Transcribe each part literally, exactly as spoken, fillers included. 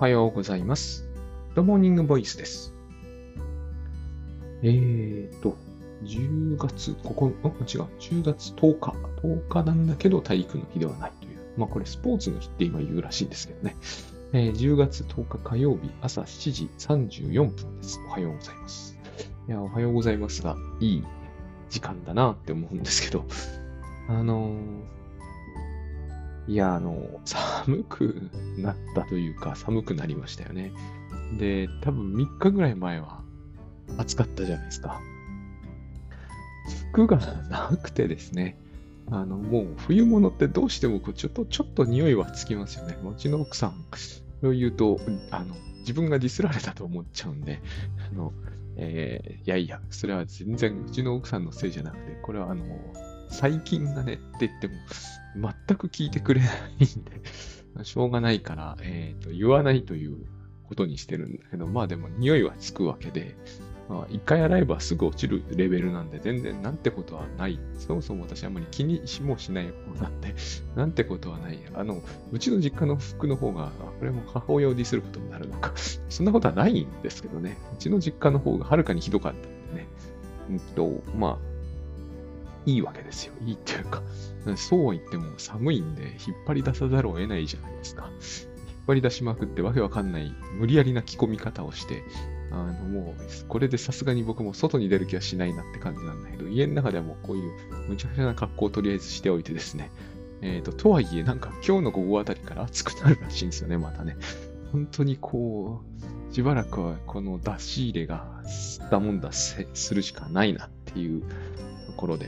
はようございます。グッドモーニングボイスです。えーと、じゅうがつここの、違う、じゅうがつとおか、とおかなんだけど体育の日ではないという。まあこれスポーツの日って今言うらしいんですけどね。えー、じゅうがつとおか火曜日朝しちじさんじゅうよんぷんです。おはようございます。いや、おはようございますが、いい時間だなって思うんですけど、あのー、いや、あの、寒くなったというか、寒くなりましたよね。で、多分みっかぐらい前は暑かったじゃないですか。服がなくてですね、あの、もう冬物ってどうしてもこうちょっと、ちょっと匂いはつきますよね。うちの奥さんを言うと、あの、自分がディスられたと思っちゃうんで、あの、えーいやいや、それは全然うちの奥さんのせいじゃなくて、これはあの、最近がねって言っても、全く聞いてくれないんで、しょうがないから、えっと、言わないということにしてるんだけど、まあでも匂いはつくわけで、まあ、一回洗えばすぐ落ちるレベルなんで、全然なんてことはない。そもそも私あんまり気にしもしない方なんで、なんてことはない。あの、うちの実家の服の方が、あこれも母親をディスることになるのか。そんなことはないんですけどね。うちの実家の方がはるかにひどかったんでね。うんと、まあ、いいわけですよ。いいっていうか、そうは言っても寒いんで引っ張り出さざるを得ないじゃないですか。引っ張り出しまくってわけわかんない無理やりな着込み方をして、あのもうこれでさすがに僕も外に出る気はしないなって感じなんだけど、家の中ではもうこういう無茶苦茶な格好をとりあえずしておいてですね。えっと、とはいえなんか今日の午後あたりから暑くなるらしいんですよね、またね。本当にこう、しばらくはこの出し入れがすったもんだせするしかないなっていうところで。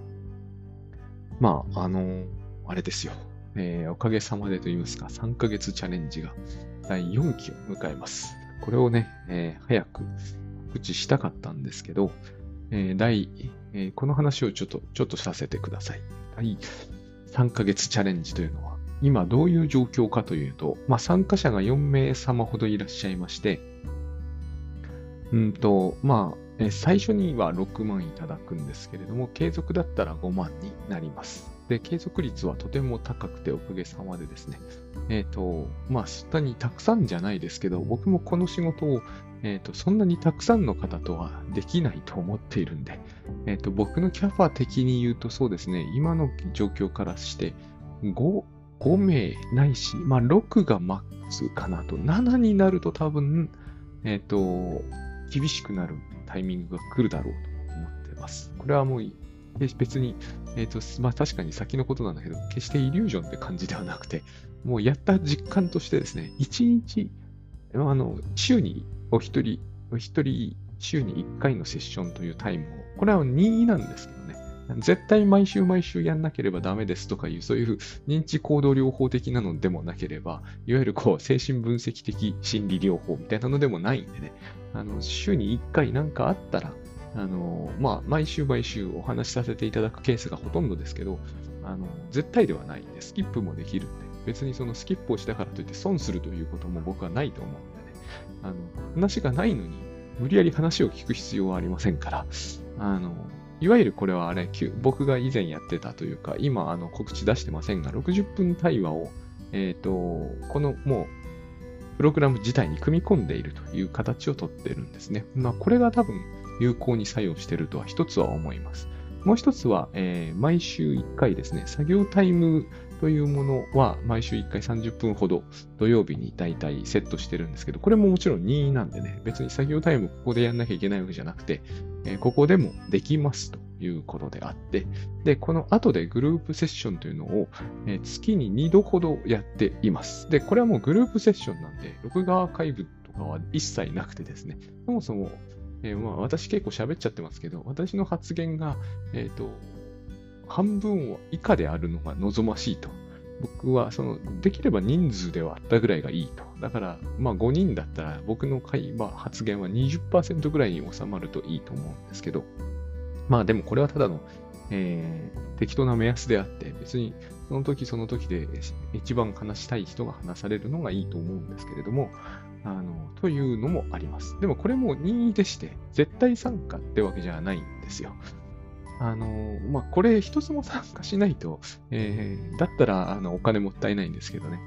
まあ、あのーあれですよ。えーおかげさまでと言いますか、さんかげつチャレンジがだいよんきを迎えます。これをね、えー早く告知したかったんですけど、えー第、えーこの話をちょっと、ちょっとさせてください。第さんかげつチャレンジというのは、今どういう状況かというと、まあ、参加者がよんめいさまほどいらっしゃいまして、うんと、まあ、えー最初にはろくまんいただくんですけれども、継続だったらごまんになります。で、継続率はとても高くておかげさまでですね。えっと、まあ、そんなにたくさんじゃないですけど、僕もこの仕事を、えっと、そんなにたくさんの方とはできないと思っているんで、えっと、僕のキャパ的に言うとそうですね、今の状況からしてご、ごめいないし、まあ、ろくがマックスかなと、ななになると多分、えっと、厳しくなるタイミングが来るだろうと思ってます。これはもう別に、えっと、まあ確かに先のことなんだけど、決してイリュージョンって感じではなくて、もうやった実感としてですね、いちにち、あの、週にお一人、お一人、週にいっかいのセッションというタイムを、これは任意なんですけどね、絶対毎週毎週やんなければダメですとかいう、そういう認知行動療法的なのでもなければ、いわゆるこう、精神分析的心理療法みたいなのでもないんでね、あの、週にいっかいなんかあったら、あの、まあ、毎週毎週お話しさせていただくケースがほとんどですけど、あの、絶対ではないんで、スキップもできるんで、別にそのスキップをしたからといって損するということも僕はないと思うんでね、あの、話がないのに、無理やり話を聞く必要はありませんから、あの、いわゆるこれはあれ、僕が以前やってたというか、今あの告知出してませんが、ろくじゅっぷん対話を、えっと、このもう、プログラム自体に組み込んでいるという形をとっているんですね。まあ、これが多分有効に作用しているとは一つは思います。もう一つは、えー毎週いっかいですね、作業タイムというものは毎週いっかいさんじゅっぷんほど土曜日にだいたいセットしてるんですけど、これももちろん任意なんでね、別に作業タイムここでやんなきゃいけないわけじゃなくて、えーここでもできますということであって、で、この後でグループセッションというのを、えー月ににどほどやっています。で、これはもうグループセッションなんで、録画アーカイブとかは一切なくてですね、そもそも、えーまあ、私結構喋っちゃってますけど、私の発言が、えっと、半分以下であるのが望ましいと。僕は、その、できれば人数で割ったぐらいがいいと。だから、まあごにんだったら僕の会話、発言はにじゅっパーセントぐらいに収まるといいと思うんですけど、まあでもこれはただの、えー適当な目安であって、別にその時その時で一番話したい人が話されるのがいいと思うんですけれども、あの、というのもあります。でもこれも任意でして、絶対参加ってわけじゃないんですよ。あの、まあ、これ一つも参加しないと、えーだったらあのお金もったいないんですけどね。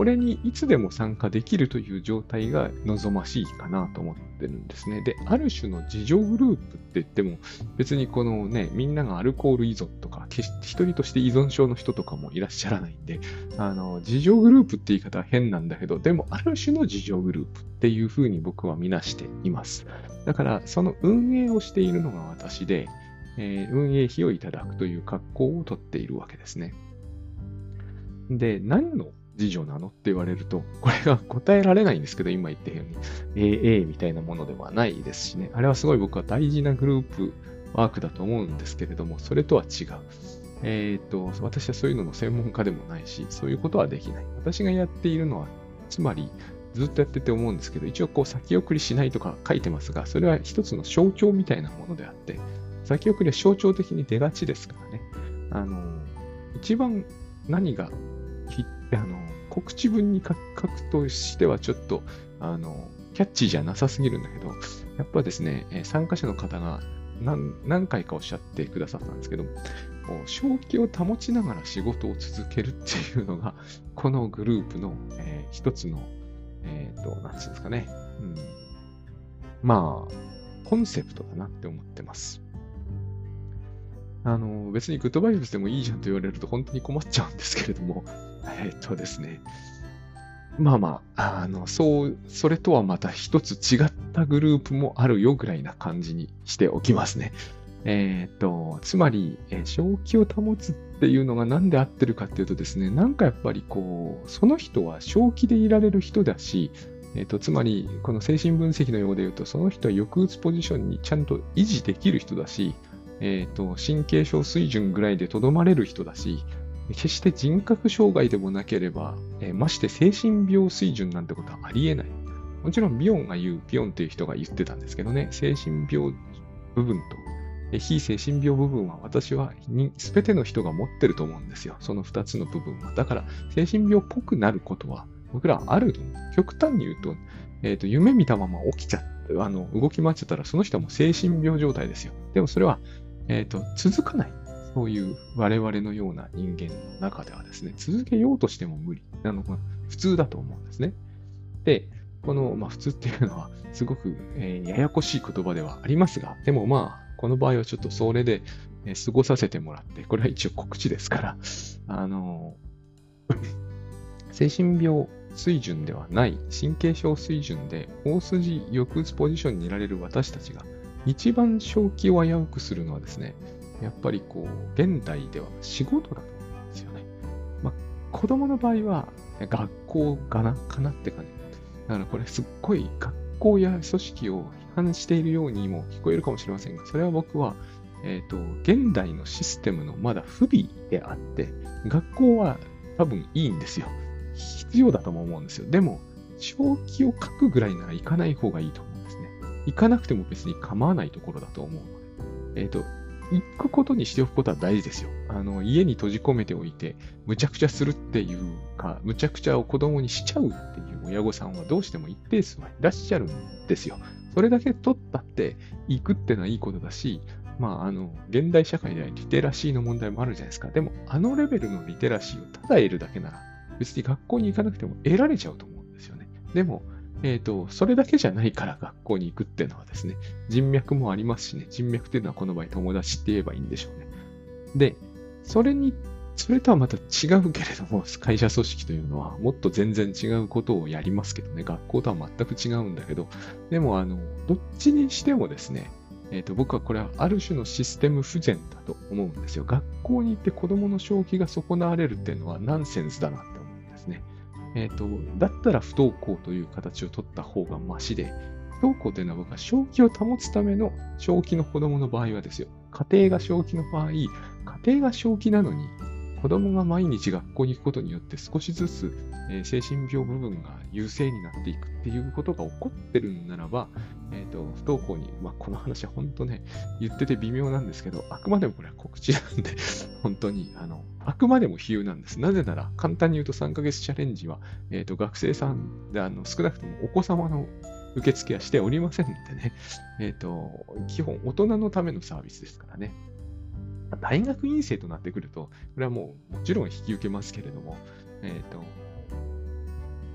これにいつでも参加できるという状態が望ましいかなと思ってるんですね。で、ある種の自助グループって言っても、別にこのね、みんながアルコール依存とか、決して一人として依存症の人とかもいらっしゃらないんで、あの、自助グループって言い方は変なんだけど、でもある種の自助グループっていうふうに僕は見なしています。だから、その運営をしているのが私で、えー運営費をいただくという格好をとっているわけですね。で、何の自助なのって言われると、これが答えられないんですけど、今言ったように、エーエー みたいなものではないですしね。あれはすごい僕は大事なグループワークだと思うんですけれども、それとは違う。えっと、私はそういうのの専門家でもないし、そういうことはできない。私がやっているのは、つまり、ずっとやってて思うんですけど、一応こう先送りしないとか書いてますが、それは一つの象徴みたいなものであって、先送りは象徴的に出がちですからね。あの、一番何がひあの告知文に書くとしてはちょっとあのキャッチーじゃなさすぎるんだけど、やっぱですね、えー参加者の方が何何回かおっしゃってくださったんですけど、こう正気を保ちながら仕事を続けるっていうのが、このグループの、えー一つの、えっと、なんていうんですかね、うん、まあ、コンセプトだなって思ってます。あの、別にグッドバイブスでもいいじゃんと言われると本当に困っちゃうんですけれども、えっとですね、まあまあ、あの、そう、それとはまた一つ違ったグループもあるよぐらいな感じにしておきますね。えっと、つまり、えー正気を保つっていうのが何で合ってるかっていうとですね、なんかやっぱりこう、その人は正気でいられる人だし、えっと、つまり、この精神分析の用で言うと、その人は抑うつポジションにちゃんと維持できる人だし、えっと、神経症水準ぐらいでとどまれる人だし、決して人格障害でもなければ、えーまして精神病水準なんてことはありえない。もちろん、ビヨンが言う、ビヨンっていう人が言ってたんですけどね、精神病部分と、え非精神病部分は私はすべての人が持ってると思うんですよ。その二つの部分は。だから、精神病っぽくなることは僕らあると思う。極端に言うと、えっと、夢見たまま起きちゃって、あの、動き回っちゃったら、その人はもう精神病状態ですよ。でもそれは、えっと、続かない。そういう我々のような人間の中ではですね、続けようとしても無理なのが普通だと思うんですね。で、この、まあ、普通っていうのはすごく、えーややこしい言葉ではありますが、でもまあ、この場合はちょっとそれで、えー過ごさせてもらって、これは一応告知ですから、あの精神病水準ではない、神経症水準で、大筋抑うつポジションにいられる私たちが、一番正気を危うくするのはですね、やっぱりこう、現代では仕事だと思うんですよね。まあ、子供の場合は、学校かなかなって感じ。だからこれすっごい学校や組織を批判しているようにも聞こえるかもしれませんが、それは僕は、えっと、現代のシステムのまだ不備であって、学校は多分いいんですよ。必要だとも思うんですよ。でも、正気を書くぐらいなら行かない方がいいと思うんですね。行かなくても別に構わないところだと思うので。えっと、行くことにしておくことは大事ですよ。あの、家に閉じ込めておいて、むちゃくちゃするっていうか、むちゃくちゃを子供にしちゃうっていう親御さんはどうしても一定数はいらっしゃるんですよ。それだけ取ったって行くってのはいいことだし、まあ、あの、現代社会ではリテラシーの問題もあるじゃないですか。でも、あのレベルのリテラシーをただ得るだけなら、別に学校に行かなくても得られちゃうと思うんですよね。でも、えっと、それだけじゃないから学校に行くっていうのはですね、人脈もありますしね、人脈っていうのはこの場合友達って言えばいいんでしょうね。で、それに、それとはまた違うけれども、会社組織というのはもっと全然違うことをやりますけどね、学校とは全く違うんだけど、でもあの、どっちにしてもですね、えっと、僕はこれはある種のシステム不全だと思うんですよ。学校に行って子供の正気が損なわれるっていうのはナンセンスだなって思うんですね。えっと、だったら不登校という形を取った方がマシで、不登校というのは僕は正気を保つための正気の子供の場合はですよ。家庭が正気の場合、家庭が正気なのに、子供が毎日学校に行くことによって少しずつ、えー精神病部分が優勢になっていくっていうことが起こってるんならば、えっと、不登校に、まあ、この話は本当ね、言ってて微妙なんですけど、あくまでもこれは告知なんで、本当に、あの、あくまでも比喩なんです。なぜなら、簡単に言うとさんかげつチャレンジは、えっと、学生さんで、あの、少なくともお子様の受付はしておりませんのでね、えっと、基本大人のためのサービスですからね。大学院生となってくると、これはもうもちろん引き受けますけれども、えっと、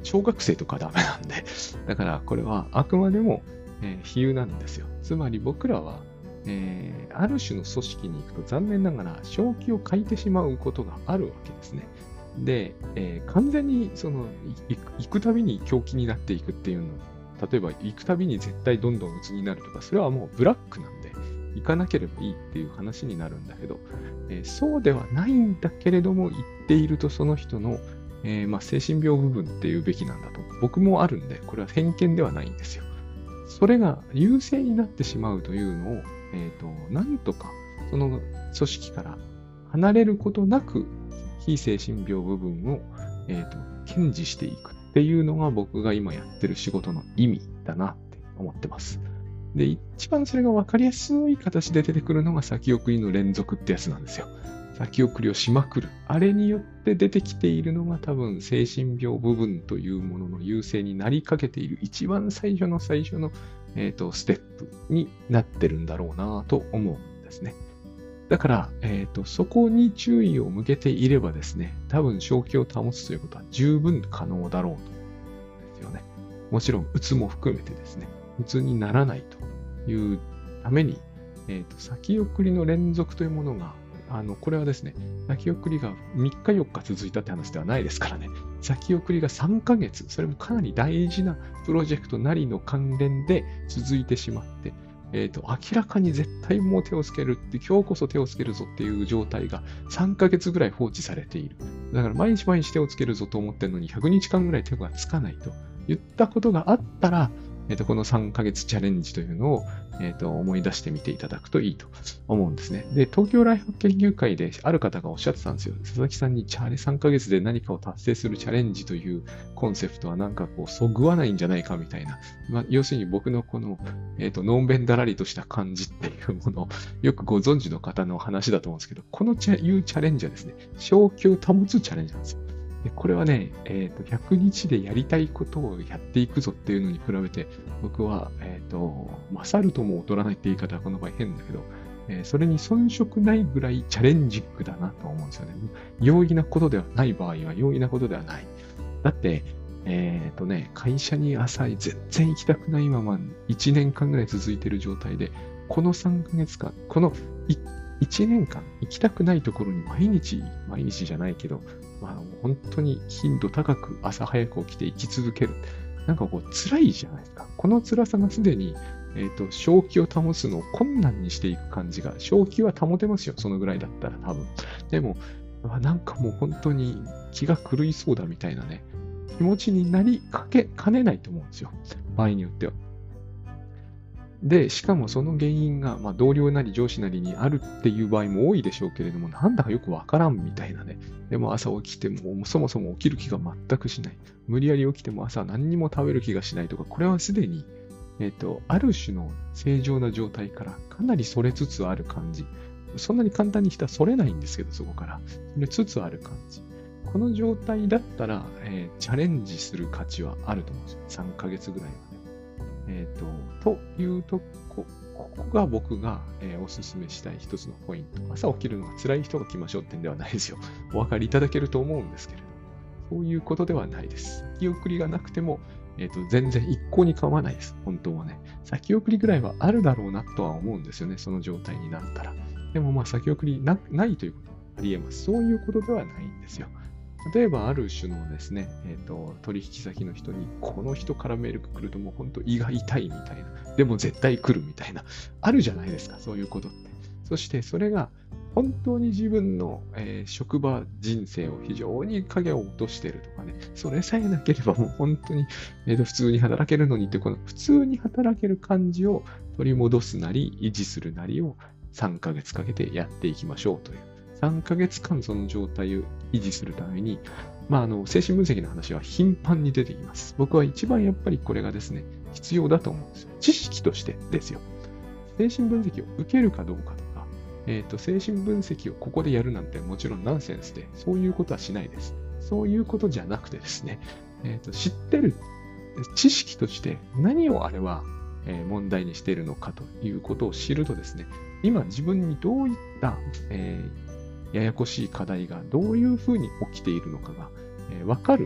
小学生とかダメなんで、だからこれはあくまでも、えー比喩なんですよ。つまり僕らは、えーある種の組織に行くと残念ながら正気を欠いてしまうことがあるわけですね。で、えー完全にそのい行く行くたびに狂気になっていくっていうの、例えば行くたびに絶対どんどん鬱になるとか、それはもうブラックなんで、行かなければいいっていう話になるんだけど、えーそうではないんだけれども、言っているとその人の、えーまあ、精神病部分っていうべきなんだと。僕もあるんで、これは偏見ではないんですよ。それが優勢になってしまうというのを、えっと、なんとか、その組織から離れることなく、非精神病部分を、えっと、堅持していくっていうのが僕が今やってる仕事の意味だなって思ってます。で、一番それが分かりやすい形で出てくるのが先送りの連続ってやつなんですよ。先送りをしまくる。あれによって出てきているのが多分精神病部分というものの優勢になりかけている一番最初の最初の、えーと、ステップになってるんだろうなと思うんですね。だから、えーと、そこに注意を向けていればですね、多分正気を保つということは十分可能だろうと思うんですよね。もちろん、うつも含めてですね、うつにならないというために、えーと、先送りの連続というものがあの、これはですね、先送りがみっかよっか続いたって話ではないですからね。先送りがさんかげつ、それもかなり大事なプロジェクトなりの関連で続いてしまって、えっと、明らかに絶対もう手をつけるって、今日こそ手をつけるぞっていう状態がさんかげつぐらい放置されている。だから毎日毎日手をつけるぞと思ってるのにひゃくにちかんぐらい手がつかないと言ったことがあったら、えっと、このさんかげつチャレンジというのを、えっと、思い出してみていただくといいと思うんですね。で、東京ライフ研究会である方がおっしゃってたんですよ。佐々木さんにチャレさんかげつで何かを達成するチャレンジというコンセプトはなんかこう、そぐわないんじゃないかみたいな。まあ、要するに僕のこの、えっと、のんべんだらりとした感じっていうものをよくご存知の方の話だと思うんですけど、このチャいうチャレンジはですね、正気を保つチャレンジなんですよ。でこれはね、えっと、ひゃくにちでやりたいことをやっていくぞっていうのに比べて、僕は、えっと、勝るとも劣らないって言い方はこの場合変だけど、えーそれに遜色ないぐらいチャレンジングだなと思うんですよね。容易なことではない場合は容易なことではない。だって、えっとね、会社に朝全然行きたくないままいちねんかんぐらい続いている状態で、このさんかげつかん、このいちねんかん行きたくないところに毎日、毎日じゃないけど、まあ、本当に頻度高く朝早く起きて生き続ける。なんかこう辛いじゃないですか。この辛さがすでに、えっと、正気を保つのを困難にしていく感じが、正気は保てますよ。そのぐらいだったら多分。でも、なんかもう本当に気が狂いそうだみたいなね、気持ちになりかけかねないと思うんですよ。場合によっては。で、しかもその原因が、まあ、同僚なり上司なりにあるっていう場合も多いでしょうけれども、なんだかよくわからんみたいなね。でも朝起きても、そもそも起きる気が全くしない。無理やり起きても朝何にも食べる気がしないとか、これはすでに、えっと、ある種の正常な状態からかなりそれつつある感じ。そんなに簡単に人はそれないんですけど、そこから。それつつある感じ。この状態だったら、えーチャレンジする価値はあると思うんですよ。さんかげつぐらいはね。えっと、というとこ、ここが僕が、えーお勧めしたい一つのポイント。朝起きるのが辛い人が来ましょうってんではないですよ。お分かりいただけると思うんですけれど。そういうことではないです。先送りがなくても、えっと、全然一向に構わないです。本当はね。先送りぐらいはあるだろうなとは思うんですよね。その状態になったら。でもまあ先送りなないということはあり得ます。そういうことではないんですよ。例えば、ある種のですね、えっと、取引先の人に、この人からメールが来るともう本当胃が痛いみたいな。でも絶対来るみたいな。あるじゃないですか、そういうことって。そして、それが本当に自分の、えー職場人生を非常に影を落としているとかね、それさえなければもう本当に、えーと普通に働けるのにって、この普通に働ける感じを取り戻すなり、維持するなりをさんかげつかけてやっていきましょうという。さんかげつかんその状態を維持するために、まあ、あの、精神分析の話は頻繁に出てきます。僕は一番やっぱりこれがですね、必要だと思うんですよ。知識としてですよ。精神分析を受けるかどうかとか、えっと、精神分析をここでやるなんてもちろんナンセンスで、そういうことはしないです。そういうことじゃなくてですね、えっと、知ってる知識として何をあれはえー問題にしているのかということを知るとですね、今自分にどういった、えーややこしい課題がどういうふうに起きているのかが、えーわかると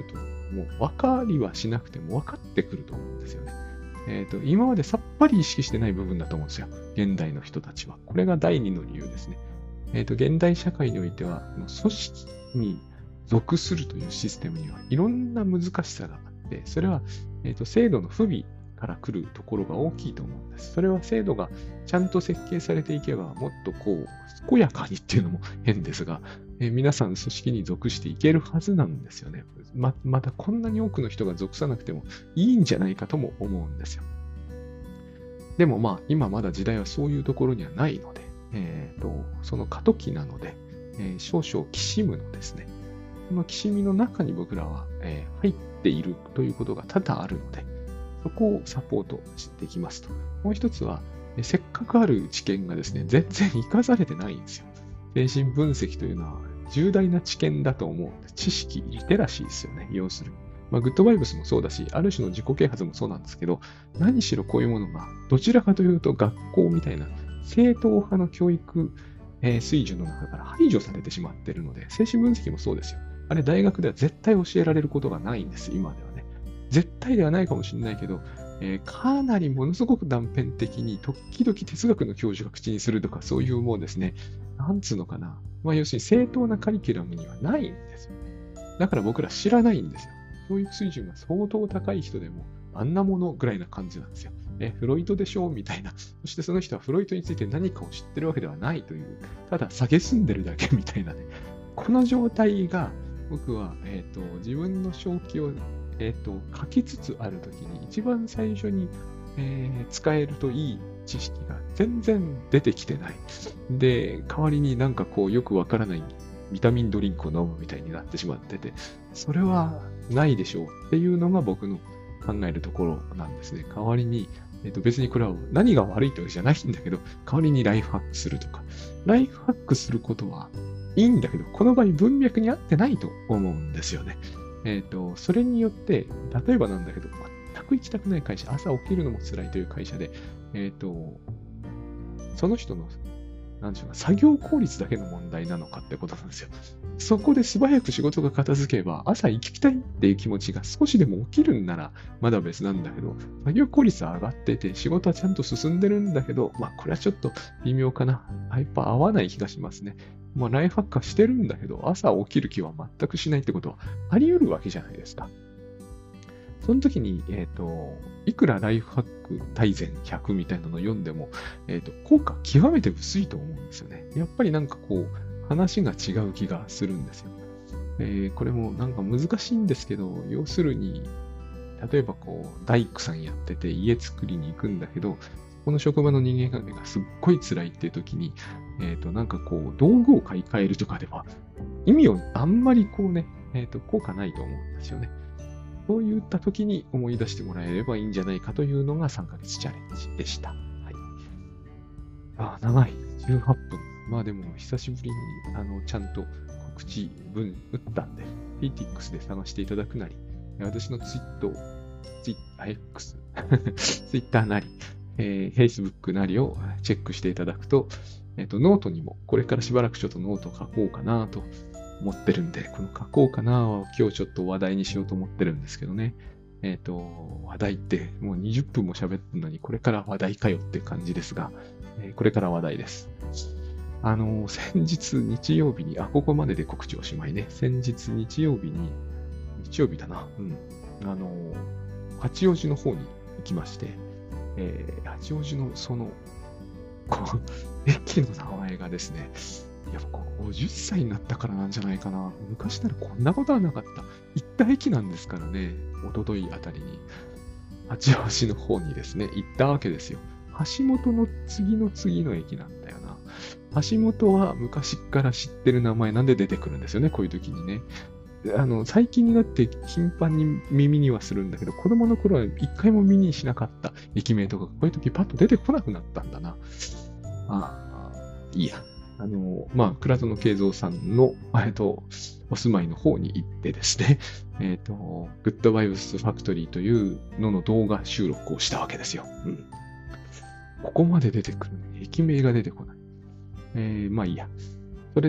もう分かりはしなくても分かってくると思うんですよね。えっと、今までさっぱり意識してない部分だと思うんですよ。現代の人たちは。これが第二の理由ですね。えっと、現代社会においては、組織に属するというシステムにはいろんな難しさがあって、それは、えっと、制度の不備から来るところが大きいと思うんです。それは制度がちゃんと設計されていけば、もっとこう、健やかにっていうのも変ですが、えー皆さん組織に属していけるはずなんですよね。ま、またこんなに多くの人が属さなくてもいいんじゃないかとも思うんですよ。でもまあ、今まだ時代はそういうところにはないので、えーと、その過渡期なので、えー少々きしむのですね。そのきしみの中に僕らは、えー入っているということが多々あるので、そこをサポートしていきますと。もう一つは、えせっかくある知見がですね、全然活かされてないんですよ。精神分析というのは重大な知見だと思うんです。知識、リテラシーですよね、要するに。まあ、グッドバイブスもそうだし、ある種の自己啓発もそうなんですけど、何しろこういうものが、どちらかというと学校みたいな正統派の教育、えー水準の中から排除されてしまっているので、精神分析もそうですよ。あれ、大学では絶対教えられることがないんです、今ではね。絶対ではないかもしれないけど、えーかなりものすごく断片的に、時々哲学の教授が口にするとか、そういうもうですね、なんつうのかな。まあ、要するに正当なカリキュラムにはないんですよね。だから僕ら知らないんですよ。教育水準が相当高い人でも、あんなものぐらいな感じなんですよ。え、フロイトでしょうみたいな。そしてその人はフロイトについて何かを知ってるわけではないという、ただ蔑んでるだけみたいなね。この状態が、僕は、えっと、自分の正気を、えっと、書きつつあるときに、一番最初に、えー使えるといい知識が全然出てきてない。で、代わりになんかこう、よくわからないビタミンドリンクを飲むみたいになってしまってて、それはないでしょうっていうのが僕の考えるところなんですね。代わりに、えっと、別にこれは何が悪いというわけじゃないんだけど、代わりにライフハックするとか。ライフハックすることはいいんだけど、この場合文脈に合ってないと思うんですよね。えっと、それによって、例えばなんだけど、全く行きたくない会社、朝起きるのも辛いという会社で、えっと、その人の、なんでしょうか、作業効率だけの問題なのかってことなんですよ。そこで素早く仕事が片付けば、朝行きたいっていう気持ちが少しでも起きるんなら、まだ別なんだけど、作業効率は上がってて、仕事はちゃんと進んでるんだけど、まあ、これはちょっと微妙かな。やっぱ合わない気がしますね。まあ、ライフハックはしてるんだけど、朝起きる気は全くしないってことはあり得るわけじゃないですか。その時に、えっと、いくらライフハック大全ひゃくみたいなのを読んでも、えっと、効果極めて薄いと思うんですよね。やっぱりなんかこう、話が違う気がするんですよ。えーこれもなんか難しいんですけど、要するに、例えばこう、大工さんやってて家作りに行くんだけど、この職場の人間関係がすっごい辛いっていう時に、えっと、なんかこう、道具を買い替えるとかでは、意味をあんまりこうね、えっと、効果ないと思うんですよね。そういった時に思い出してもらえればいいんじゃないかというのがさんかげつチャレンジでした。はい。あー、長い。じゅうはっぷん。まあでも、久しぶりに、あの、ちゃんと告知文打ったんで、ピーティックス で探していただくなり、私のツイート、ツイッター X、ツイッターなり、えー、Facebook なりをチェックしていただくと、えっと、ノートにも、これからしばらくちょっとノート書こうかなと思ってるんで、この書こうかなを今日ちょっと話題にしようと思ってるんですけどね。えっと、話題ってもうにじゅっぷんも喋ってるのに、これから話題かよって感じですが、えーこれから話題です。あの、先日日曜日に、あ、ここまでで告知おしまいね。先日日曜日に、日曜日だな。うん。あの、八王子の方に行きまして、えー八王子のその、こう、駅の名前がですね、やっぱごじゅっさいになったからなんじゃないかな。昔ならこんなことはなかった。行った駅なんですからね、おとといあたりに、八王子の方にですね、行ったわけですよ。橋本の次の次の駅なんだよな。橋本は昔から知ってる名前なんで出てくるんですよね、こういう時にね。あの、最近になって頻繁に耳にはするんだけど、子供の頃は一回も耳にしなかった駅名とか、こういう時パッと出てこなくなったんだな。ああ、いいや。あの、まあ、倉園慶三さんの、えっと、お住まいの方に行ってですね、えっと、グッドバイブスファクトリーというのの動画収録をしたわけですよ。うん。ここまで出てくるのに駅名が出てこない。えー、まあいいや。それで、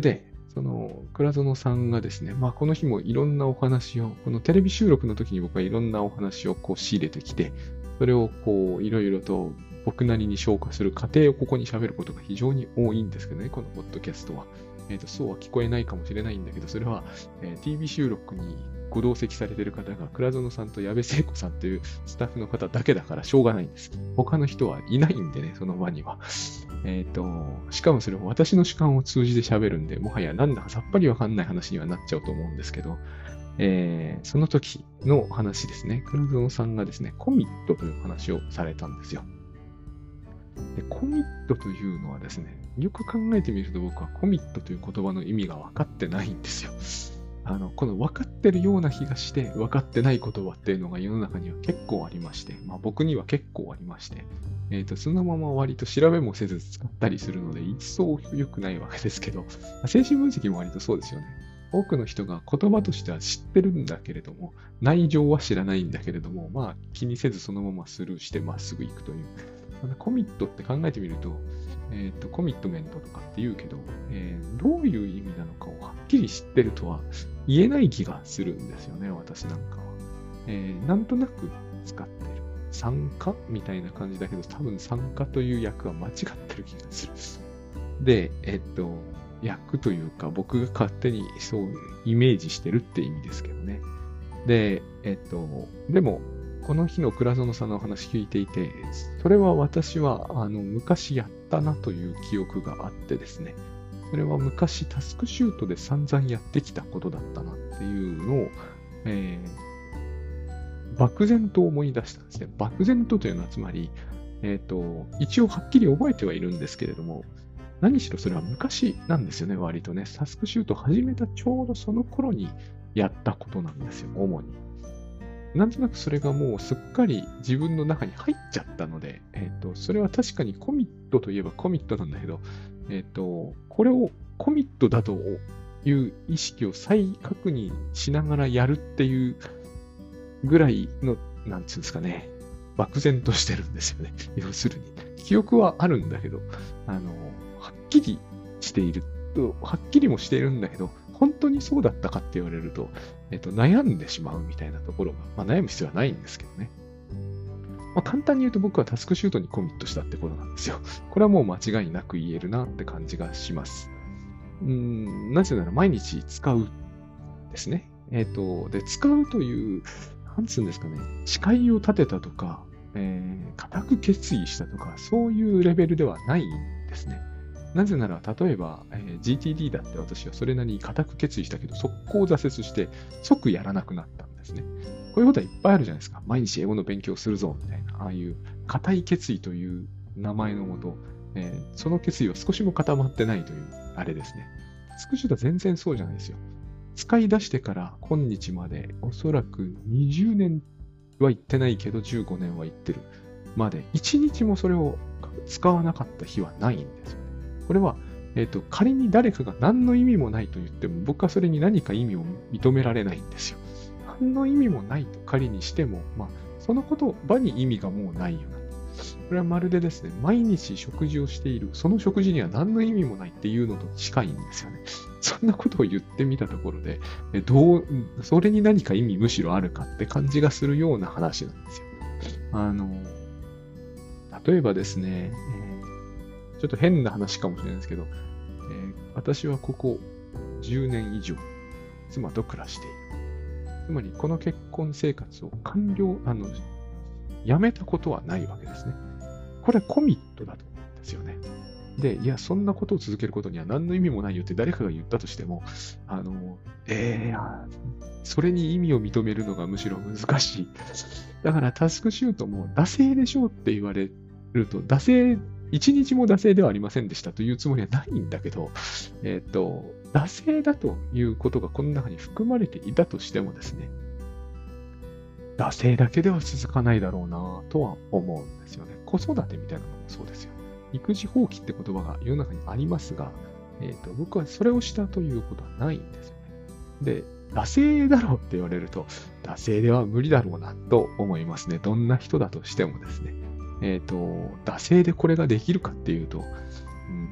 その、倉園さんがですね、まあ、この日もいろんなお話を、このテレビ収録の時に僕はいろんなお話をこう仕入れてきて、それをこう、いろいろと僕なりに消化する過程をここに喋ることが非常に多いんですけどね、このポッドキャストは。えっと、そうは聞こえないかもしれないんだけど、それは、えー ティーブイ 収録にご同席されている方が、倉園さんと矢部聖子さんというスタッフの方だけだからしょうがないんです。他の人はいないんでね、その場には。えっと、しかもそれを私の主観を通じて喋るんで、もはやなんだかさっぱりわかんない話にはなっちゃうと思うんですけど、えーその時の話ですね。倉園さんがですね、コミットという話をされたんですよ。で、コミットというのはですね、よく考えてみると僕はコミットという言葉の意味が分かってないんですよ。あの、この分かってるような気がして分かってない言葉っていうのが世の中には結構ありまして、まあ僕には結構ありまして、えっと、そのまま割と調べもせず使ったりするので、一層良くないわけですけど、精神分析も割とそうですよね。多くの人が言葉としては知ってるんだけれども、内情は知らないんだけれども、まあ気にせずそのままスルーしてまっすぐ行くという。コミットって考えてみると、えっと、コミットメントとかって言うけど、えーどういう意味なのかをはっきり知ってるとは言えない気がするんですよね、私なんかは。えーなんとなく使ってる。参加みたいな感じだけど、多分参加という役は間違ってる気がする。で、えっと、役というか、僕が勝手にそうイメージしてるって意味ですけどね。で、えっと、でも、この日の倉園さんのお話聞いていて、それは私はあの昔やったなという記憶があってですね、それは昔タスクシュートで散々やってきたことだったなっていうのを、えー、漠然と思い出したんですね。漠然とというのはつまり、えっと、一応はっきり覚えてはいるんですけれども、何しろそれは昔なんですよね、割とね。タスクシュートを始めたちょうどその頃にやったことなんですよ、主に。なんとなくそれがもうすっかり自分の中に入っちゃったので、えっと、それは確かにコミットといえばコミットなんだけど、えっと、これをコミットだという意識を再確認しながらやるっていうぐらいの、なんつうんですかね、漠然としてるんですよね。要するに。記憶はあるんだけど、あの、はっきりしていると、はっきりもしているんだけど、本当にそうだったかって言われると、えっと、悩んでしまうみたいなところが、まあ、悩む必要はないんですけどね。まあ、簡単に言うと僕はタスクシュートにコミットしたってことなんですよ。これはもう間違いなく言えるなって感じがします。うーん、なぜなら毎日使うですね。えっと、で、使うという、なんつうんですかね、誓いを立てたとか、えー、固く決意したとか、そういうレベルではないんですね。なぜなら、例えば、えー ジーティーディー だって私はそれなりに固く決意したけど、速攻挫折して、即やらなくなったんですね。こういうことはいっぱいあるじゃないですか。毎日英語の勉強するぞ、みたいな、ああいう固い決意という名前のもと、えーその決意は少しも固まってないという、あれですね。スクシュートは全然そうじゃないですよ。使い出してから今日まで、おそらくにじゅうねんは行ってないけど、じゅうごねんは行ってるまで、いちにちもそれを使わなかった日はないんですよね。これは、えっと、仮に誰かが何の意味もないと言っても、僕はそれに何か意味を認められないんですよ。何の意味もないと仮にしても、まあ、その言葉に意味がもうないような。これはまるでですね、毎日食事をしている、その食事には何の意味もないっていうのと近いんですよね。そんなことを言ってみたところで、えどう、それに何か意味むしろあるかって感じがするような話なんですよ。あの、例えばですね、えーちょっと変な話かもしれないですけど、えー私はここじゅうねん以上、妻と暮らしている。つまり、この結婚生活を完了、あの、やめたことはないわけですね。これはコミットだと思うんですよね。で、いや、そんなことを続けることには何の意味もないよって誰かが言ったとしても、あの、えー、いやそれに意味を認めるのがむしろ難しい。だからタスクシュートも惰性でしょうって言われると、惰性、一日も惰性ではありませんでしたというつもりはないんだけど、えっと、惰性だということがこの中に含まれていたとしてもですね、惰性だけでは続かないだろうなとは思うんですよね。子育てみたいなのもそうですよ。育児放棄って言葉が世の中にありますが、えっと、僕はそれをしたということはないんですよね。で、惰性だろうって言われると、惰性では無理だろうなと思いますね。どんな人だとしてもですね。えっと、惰性でこれができるかっていうと、うん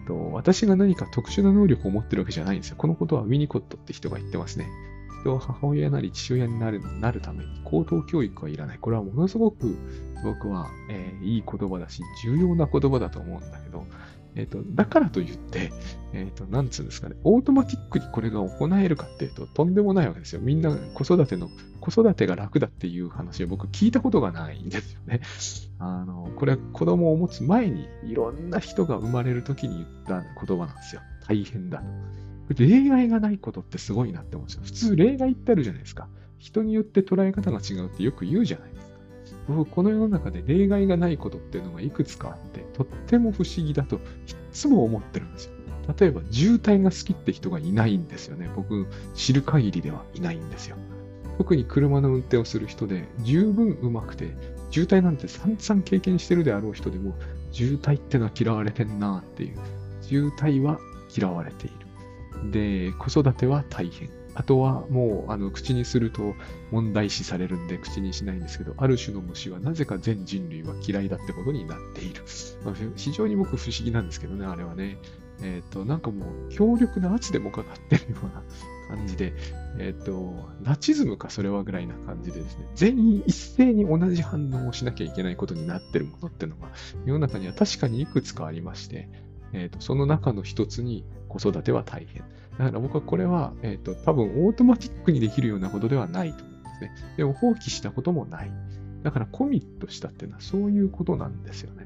と、私が何か特殊な能力を持ってるわけじゃないんですよ。このことはウィニコットって人が言ってますね。人は母親なり父親になるなるために高等教育はいらない。これはものすごく僕は、えーいい言葉だし、重要な言葉だと思うんだけど、えっと、だからといって、えっと、なんつうんですかね、オートマティックにこれが行えるかっていうと、とんでもないわけですよ。みんな子育ての、子育てが楽だっていう話を僕聞いたことがないんですよね。あの、これは子供を持つ前にいろんな人が生まれる時に言った言葉なんですよ。大変だと。例外がないことってすごいなって思うんですよ。普通例外ってあるじゃないですか。人によって捉え方が違うってよく言うじゃないですか。僕、この世の中で例外がないことっていうのがいくつかあって、とっても不思議だといつも思ってるんですよ。例えば、渋滞が好きって人がいないんですよね。僕、知る限りではいないんですよ。特に車の運転をする人で十分上手くて、渋滞なんて散々経験してるであろう人でも、渋滞ってのは嫌われてんなっていう。渋滞は嫌われている。で、子育ては大変。あとはもうあの口にすると問題視されるんで口にしないんですけど、ある種の虫はなぜか全人類は嫌いだってことになっている。まあ、非常に僕不思議なんですけどね、あれはね。えっと、なんかもう強力な圧でもかかってるような感じで、えっと、ナチズムかそれはぐらいな感じでですね、全員一斉に同じ反応をしなきゃいけないことになってるものっていうのが世の中には確かにいくつかありまして、えっと、その中の一つに子育ては大変。だから僕はこれは、えっと、多分オートマティックにできるようなことではないと思うんですね。でも放棄したこともない。だからコミットしたっていうのはそういうことなんですよね。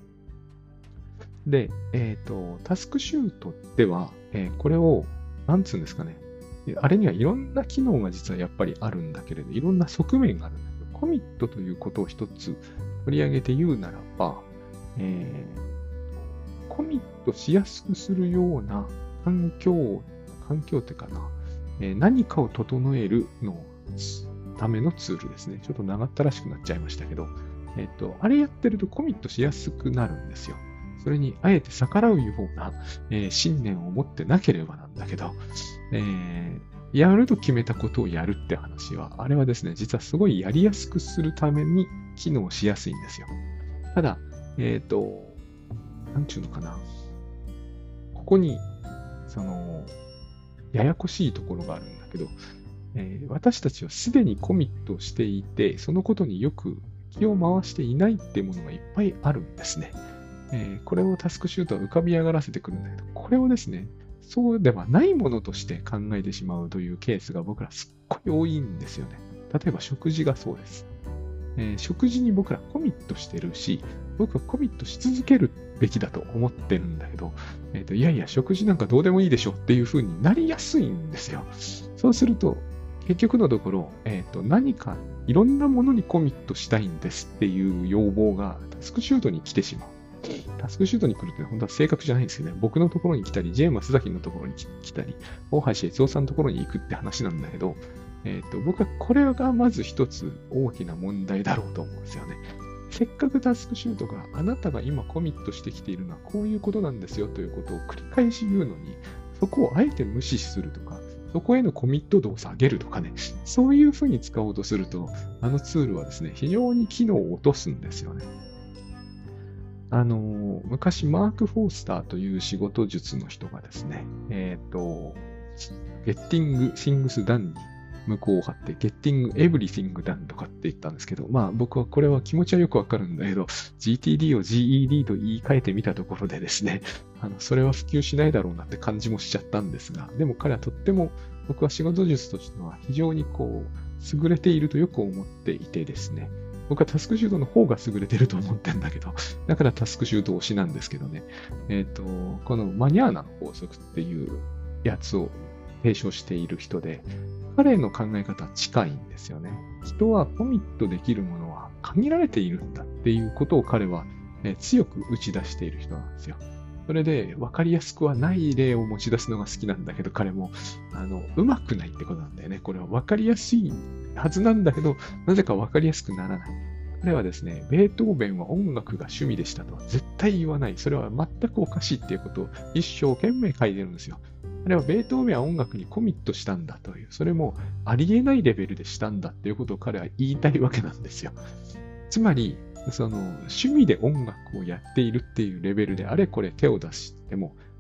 で、えっと、タスクシュートでは、えーこれを、なんつうんですかね。あれにはいろんな機能が実はやっぱりあるんだけれど、いろんな側面があるんだけど、コミットということを一つ取り上げて言うならば、えーコミットしやすくするような環境、環境っていうかな、えー何かを整えるのためのツールですね。ちょっと長ったらしくなっちゃいましたけど、えっと、あれやってるとコミットしやすくなるんですよ。それにあえて逆らうような、えー信念を持ってなければなんだけど、えーやると決めたことをやるって話は、あれはですね、実はすごいやりやすくするために機能しやすいんですよ。ただ、えっと、なんちゅうのかな。ここに、その、ややこしいところがあるんだけど、えー私たちはすでにコミットしていて、そのことによく気を回していないっていうものがいっぱいあるんですね。えーこれをタスクシュートは浮かび上がらせてくるんだけど、これをですね、そうではないものとして考えてしまうというケースが僕らすっごい多いんですよね。例えば食事がそうです。えー食事に僕らコミットしてるし、僕はコミットし続けるべきだと思ってるんだけど、えーと、いやいや、食事なんかどうでもいいでしょっていう風になりやすいんですよ。そうすると、結局のところ、えーと、何かいろんなものにコミットしたいんですっていう要望がタスクシュートに来てしまう。タスクシュートに来るって本当は正確じゃないんですよね。僕のところに来たり、ジェームス崎のところに来たり、大橋悦夫さんのところに行くって話なんだけど、えっと、僕はこれがまず一つ大きな問題だろうと思うんですよね。せっかくタスクシュートがあなたが今コミットしてきているのはこういうことなんですよということを繰り返し言うのに、そこをあえて無視するとか、そこへのコミット度を下げるとかね、そういうふうに使おうとすると、あのツールはですね、非常に機能を落とすんですよね。あの、昔、マーク・フォースターという仕事術の人がですね、えっと、Getting Things Done に向こうを張って、Getting Everything Done とかって言ったんですけど、まあ僕はこれは気持ちはよくわかるんだけど、ジーティーディー を ジーイーディー と言い換えてみたところでですね、あの、それは普及しないだろうなって感じもしちゃったんですが、でも彼はとっても、僕は仕事術としては非常にこう、優れているとよく思っていてですね、僕はタスクシュートの方が優れてると思ってんだけど、だからタスクシュート推しなんですけどね。えっと、このマニャーナの法則っていうやつを提唱している人で、彼の考え方は近いんですよね。人はコミットできるものは限られているんだっていうことを彼は、え強く打ち出している人なんですよ。それで分かりやすくはない例を持ち出すのが好きなんだけど、彼も、あの、うまくないってことなんだよね。これは分かりやすいはずなんだけど、なぜか分かりやすくならない。彼はですね、ベートーベンは音楽が趣味でしたとは絶対言わない。それは全くおかしいっていうことを一生懸命書いてるんですよ。彼はベートーベンは音楽にコミットしたんだという、それもありえないレベルでしたんだっていうことを彼は言いたいわけなんですよ。つまり、その趣味で音楽をやっているっていうレベルであれこれ手を出しても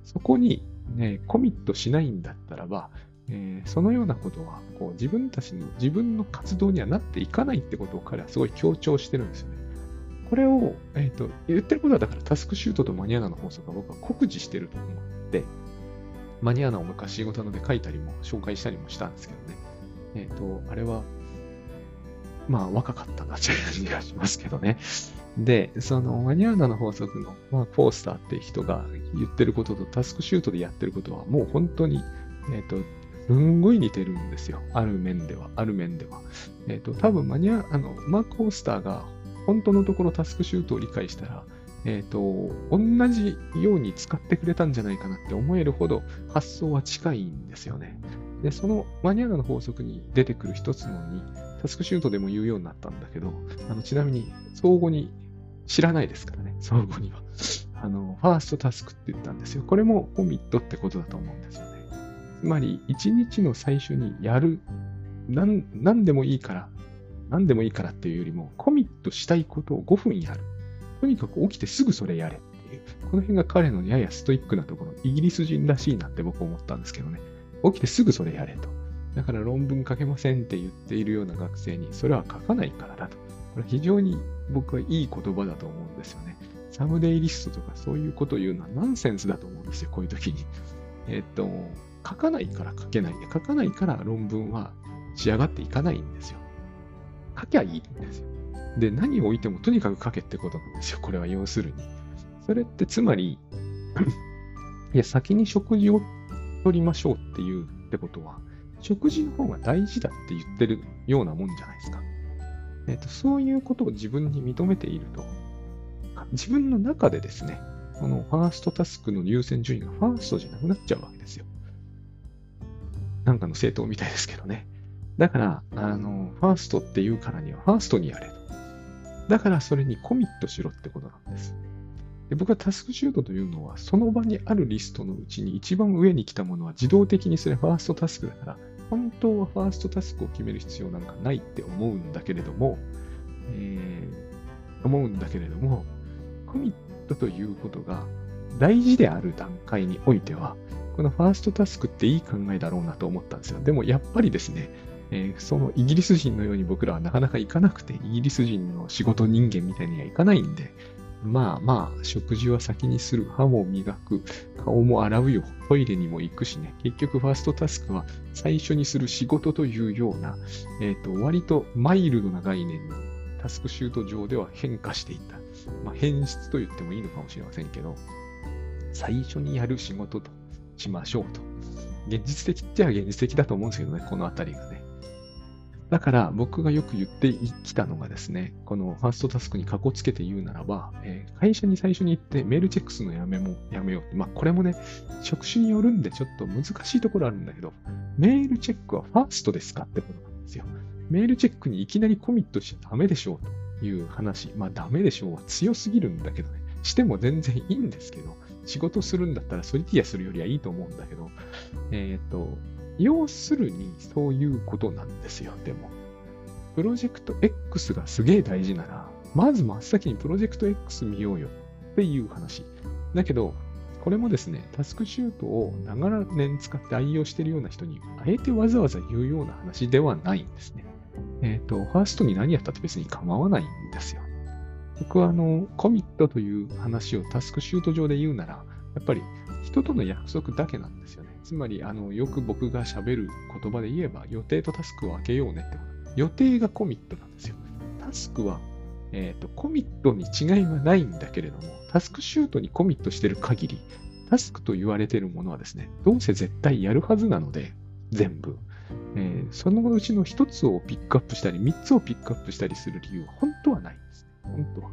そこに、ね、コミットしないんだったらば、えーそのようなことはこう自分たちの自分の活動にはなっていかないってことを彼はすごい強調してるんですよね。これを、えーと、言ってることはだからタスクシュートとマニアナの法則は僕は酷似してると思って、マニアナを昔仕事なので書いたりも紹介したりもしたんですけどね。えっと、あれは、まあ若かったなという感じがしますけどね。で、そのマニアナの法則の、まあ、ポースターって人が言ってることとタスクシュートでやってることはもう本当に、えっと、すんごい似てるんですよ。ある面では、ある面では。えっと、多分マニア、あの、マーク・ポースターが本当のところタスクシュートを理解したら、えっと、同じように使ってくれたんじゃないかなって思えるほど発想は近いんですよね。で、そのマニアナの法則に出てくる一つのに、タスクシュートでも言うようになったんだけど、あのちなみに、相互に知らないですからね、相互には。あの、ファーストタスクって言ったんですよ。これもコミットってことだと思うんですよね。つまり、一日の最初にやる、なん、なんでもいいから、なんでもいいからっていうよりも、コミットしたいことをごふんやる。とにかく起きてすぐそれやれっていう。この辺が彼のややストイックなところ、イギリス人らしいなって僕思ったんですけどね。起きてすぐそれやれと。だから論文書けませんって言っているような学生に、それは書かないからだと。これ非常に僕はいい言葉だと思うんですよね。サムデイリストとかそういうことを言うのはナンセンスだと思うんですよ、こういう時に。えっと、書かないから書けないで、書かないから論文は仕上がっていかないんですよ。書きゃいいんですよ。で、何を置いてもとにかく書けってことなんですよ。これは要するに。それってつまり、いや、先に食事を取りましょうっていうってことは、食事の方が大事だって言ってるようなもんじゃないですか。えっと、そういうことを自分に認めていると、自分の中でですね、このファーストタスクの優先順位がファーストじゃなくなっちゃうわけですよ。なんかの政党みたいですけどね。だから、あの、ファーストっていうからにはファーストにやれと。だからそれにコミットしろってことなんです。で、僕はタスクシュートというのは、その場にあるリストのうちに一番上に来たものは自動的にそれファーストタスクだから、本当はファーストタスクを決める必要なんかないって思うんだけれども、えー、思うんだけれども、コミットということが大事である段階においては、このファーストタスクっていい考えだろうなと思ったんですよ。でもやっぱりですね、えー、そのイギリス人のように僕らはなかなか行かなくて、イギリス人の仕事人間みたいにはいかないんで、まあまあ、食事は先にする、歯も磨く、顔も洗うよ、トイレにも行くしね、結局ファーストタスクは最初にする仕事というような、えっと、割とマイルドな概念にタスクシュート上では変化していった。まあ、変質と言ってもいいのかもしれませんけど、最初にやる仕事としましょうと。現実的っちゃ現実的だと思うんですけどね、このあたりがね。だから僕がよく言ってきたのがですね、このファーストタスクにかこつけて言うならば、えー会社に最初に行ってメールチェックするのやめもやめようって。まあこれもね、職種によるんでちょっと難しいところあるんだけど、メールチェックはファーストですかってことなんですよ。メールチェックにいきなりコミットしちゃダメでしょうという話。まあダメでしょうは強すぎるんだけどね。しても全然いいんですけど、仕事するんだったらソリティアするよりはいいと思うんだけど、えっと、要するにそういうことなんですよ、でも。プロジェクト X がすげえ大事なら、まず真っ先にプロジェクト X 見ようよっていう話。だけど、これもですね、タスクシュートを長年使って愛用しているような人に、あえてわざわざ言うような話ではないんですね。えっと、ファーストに何やったって別に構わないんですよ。僕はあの、コミットという話をタスクシュート上で言うなら、やっぱり人との約束だけなんですよね。つまり、あの、よく僕が喋る言葉で言えば、予定とタスクを分けようねってこと。予定がコミットなんですよ。タスクは、えっと、コミットに違いはないんだけれども、タスクシュートにコミットしてる限り、タスクと言われているものはですね、どうせ絶対やるはずなので、全部。えーそのうちの一つをピックアップしたり、三つをピックアップしたりする理由は本当はないんですね。本当は。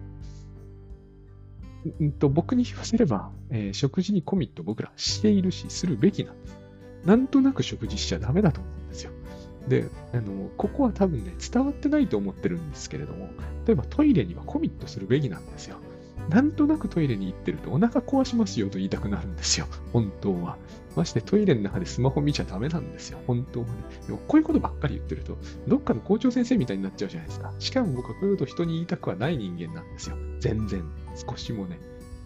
うんと僕に言わせれば、えー食事にコミット僕らしているし、するべきなんです。なんとなく食事しちゃダメだと思うんですよ。で、あの、ここは多分ね、伝わってないと思ってるんですけれども、例えばトイレにはコミットするべきなんですよ。なんとなくトイレに行ってるとお腹壊しますよと言いたくなるんですよ。本当は。ましてトイレの中でスマホ見ちゃダメなんですよ。本当はね。でもこういうことばっかり言ってると、どっかの校長先生みたいになっちゃうじゃないですか。しかも僕はこういうこと人に言いたくはない人間なんですよ。全然。少しもね。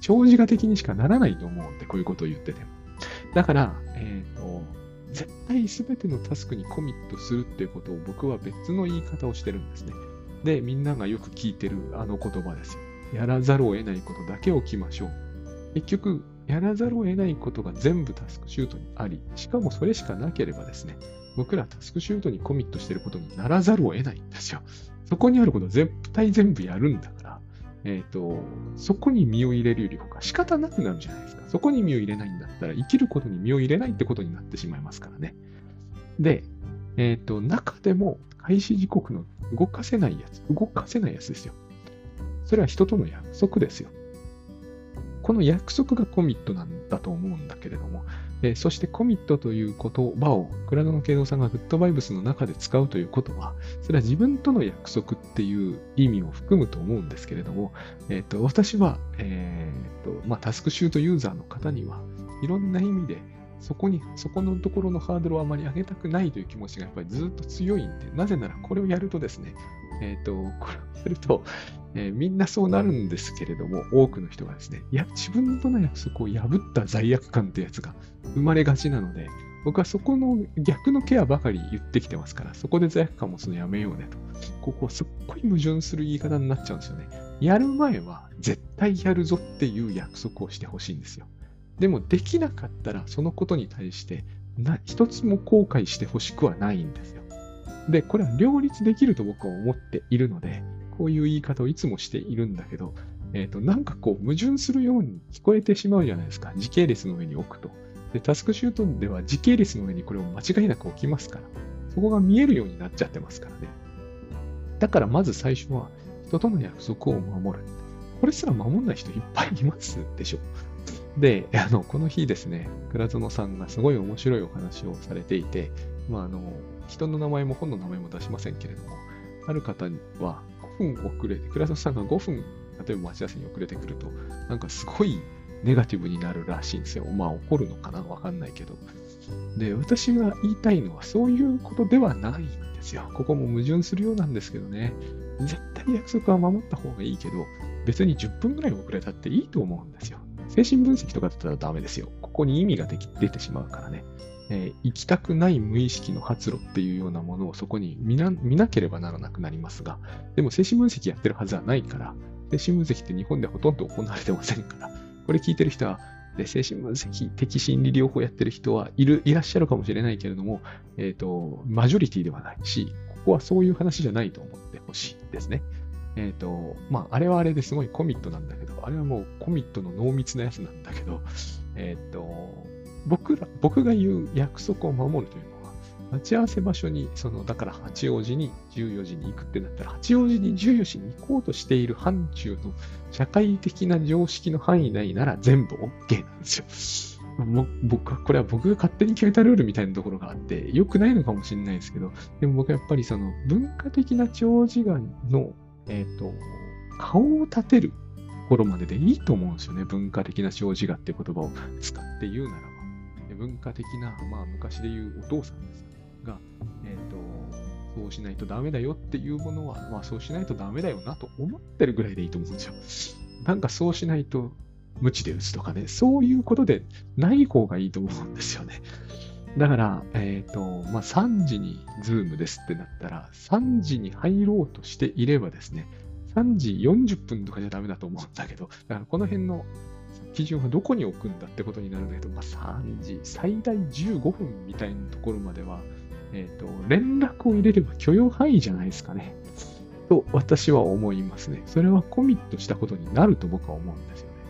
長寿画的にしかならないと思うんで、こういうことを言ってても。だから、えっと、絶対全てのタスクにコミットするっていうことを僕は別の言い方をしてるんですね。で、みんながよく聞いてるあの言葉ですよ。やらざるを得ないことだけをきましょう。結局、やらざるを得ないことが全部タスクシュートにあり、しかもそれしかなければですね、僕らタスクシュートにコミットしてることにならざるを得ないんですよ。そこにあること絶対全部やるんだから、えっと、そこに身を入れるより他仕方なくなるじゃないですか。そこに身を入れないんだったら生きることに身を入れないってことになってしまいますからね。で、えっと、中でも開始時刻の動かせないやつ、動かせないやつですよ。それは人との約束ですよ。この約束がコミットなんだと思うんだけれども、えーそしてコミットという言葉を倉野慶三さんがグッドバイブスの中で使うということは、それは自分との約束っていう意味を含むと思うんですけれども、えーと私は、えーとまあ、タスクシュートユーザーの方にはいろんな意味でそこに、そこのところのハードルをあまり上げたくないという気持ちがやっぱりずっと強いんで、なぜならこれをやるとですね、えっと、これをやると、えーみんなそうなるんですけれども、多くの人がですね、いや、自分との約束を破った罪悪感ってやつが生まれがちなので、僕はそこの逆のケアばかり言ってきてますから、そこで罪悪感を持つのやめようねと。ここすっごい矛盾する言い方になっちゃうんですよね。やる前は絶対やるぞっていう約束をしてほしいんですよ。でもできなかったらそのことに対してな一つも後悔してほしくはないんですよ。で、これは両立できると僕は思っているので、こういう言い方をいつもしているんだけど、えっと、なんかこう矛盾するように聞こえてしまうじゃないですか。時系列の上に置くと。で、タスクシュートでは時系列の上にこれを間違いなく置きますから、そこが見えるようになっちゃってますからね。だからまず最初は人との約束を守る。これすら守んない人いっぱいいますでしょ。で、あの、この日ですね、倉園さんがすごい面白いお話をされていて、まあ、あの、人の名前も本の名前も出しませんけれども、ある方はごふん遅れて、倉園さんがごふん、例えば待ち合わせに遅れてくると、なんかすごいネガティブになるらしいんですよ。まあ、怒るのかなわかんないけど。で、私が言いたいのはそういうことではないんですよ。ここも矛盾するようなんですけどね。絶対約束は守った方がいいけど、別にじゅっぷんぐらい遅れたっていいと思うんですよ。精神分析とかだったらダメですよ。ここに意味ができ出てしまうからね。えー行きたくない無意識の発露っていうようなものをそこに見な見なければならなくなりますが、でも精神分析やってるはずはないから、精神分析って日本でほとんど行われてませんから、これ聞いてる人は、で精神分析的心理療法やってる人はいる、いらっしゃるかもしれないけれども、えっと、マジョリティではないし、ここはそういう話じゃないと思ってほしいですね。えっと、まあ、あれはあれですごいコミットなんだけど、あれはもうコミットの濃密なやつなんだけど、えっと、僕ら、僕が言う約束を守るというのは、待ち合わせ場所に、その、だから八王子にじゅうよじに行くってなったら、八王子にじゅうよじに行こうとしている範疇の社会的な常識の範囲内なら全部 OK なんですよ。も僕は、これは僕が勝手に決めたルールみたいなところがあって、良くないのかもしれないですけど、でも僕はやっぱりその文化的な長寿眼の、えっと、顔を立てるところまででいいと思うんですよね。文化的な長寿眼っていう言葉を使って言うならば。文化的な、まあ昔で言うお父さんですが、えっと、そうしないとダメだよっていうものは、まあそうしないとダメだよなと思ってるぐらいでいいと思うんですよ。なんかそうしないと無知で打つとかね、そういうことでない方がいいと思うんですよね。だから、えっと、まあさんじにズームですってなったら、さんじに入ろうとしていればですね、さんじよんじゅっぷんとかじゃダメだと思うんだけど、だからこの辺の基準はどこに置くんだってことになるんだけど、まあ、さんじ、最大じゅうごふんみたいなところまでは、えっと、連絡を入れれば許容範囲じゃないですかね。と、私は思いますね。それはコミットしたことになると僕は思うんですよね。